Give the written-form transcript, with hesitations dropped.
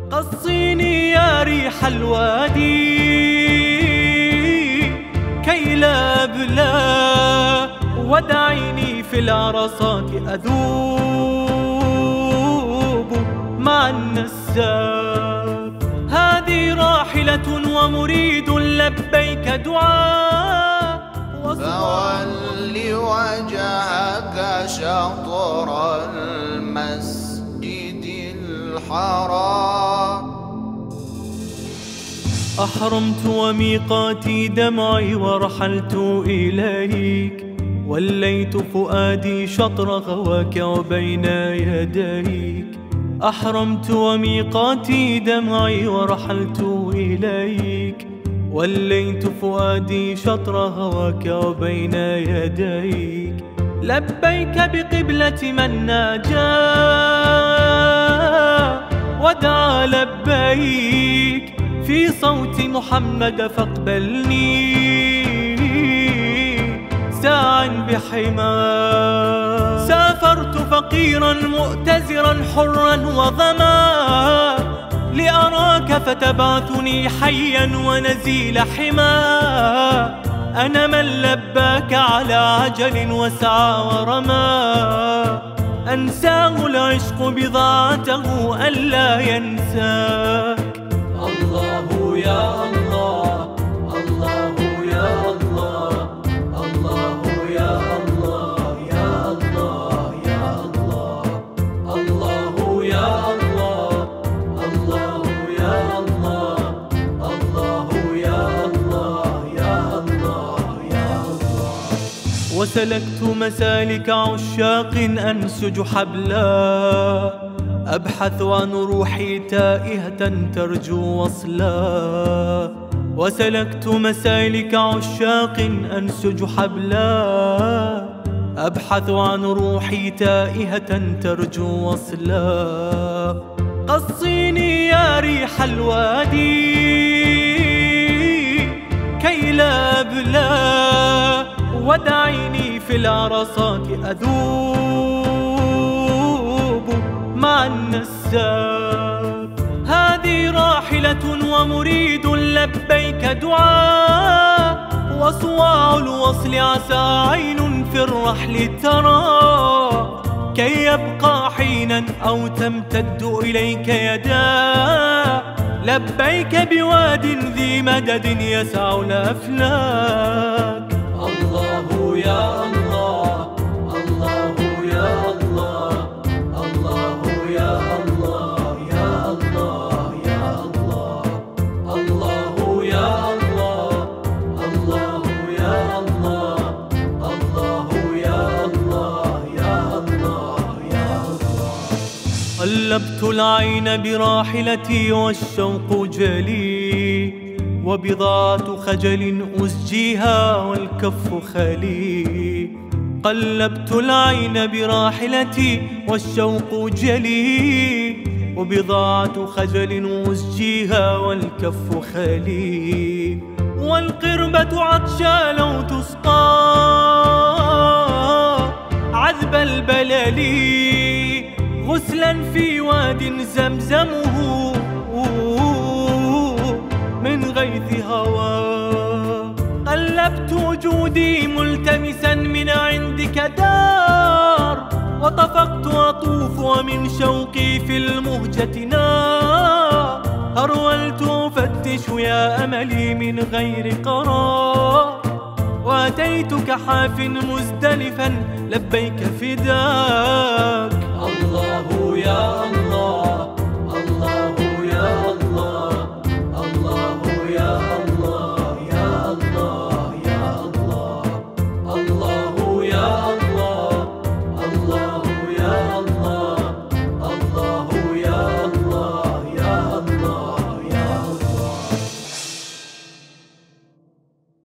قصيني يا ريح الوادي كي لا أبلى، ودعيني في العرصات أذوب مع النساب. هذه راحلة ومريد لبيك دعاء، فول وجهك شطر المسجد الحرام. أحرمت وميقاتي دمعي ورحلت إليك، وليت فؤادي شطر غواك وبين يديك. أحرمت وميقاتي دمعي ورحلت إليك، وليت فؤادي شطر هواك وبين يديك. لبيك بقبلة من ناجى ودعا لبيك في صوت محمد، فاقبلني ساعا بحماه. سافرت فقيرا مؤتزرا حرا وظما، لأراك فتبعثني حيا ونزيل حما. أنا من لباك على عجل وسعى ورمى، أنساه العشق بضاعته ألا ينساك. الله يا الله، الله يا الله، الله يا الله، يا الله يا الله، الله يا الله، الله يا الله، الله يا الله، يا الله يا الله. وسلكت مسالك عشاق أنسج حبلا، أبحث عن روحي تائهة ترجو وصلا. وسلكت مسالك عشاق أنسج حبلا، أبحث عن روحي تائهة ترجو وصلا. قصيني يا ريح الوادي كي لا أبلى، ودعيني في العرصات أذوب مع النساب. هذه راحلة ومريد لبيك دعاء، وصواع الوصل عسى عين في الرحل ترى، كي يبقى حينا أو تمتد إليك يدا. لبيك بواد ذي مدد يسع الأفلاك. الله يا الله، الله يا الله، الله يا الله، يا الله يا الله، الله يا الله، الله يا الله، الله يا الله، يا الله يا الله. قلبت العين براحلتي والشوق جلي، وبضاعة خجل أسجيها والكف خلي. قلبت العين براحلتي والشوق جلي، وبضاعة خجل أسجيها والكف خلي. والقربة عطشى لو تسقى عذب البلل، غسلا في واد زمزمه من غيث هوى. قلبت وجودي ملتمسا من عندك دار، وطفقت أطوف ومن شوقي في المهجة نار. هرولت أفتش يا أملي من غير قرار، وأتيتك حاف مزدلفا لبيك فداك. الله يا الله،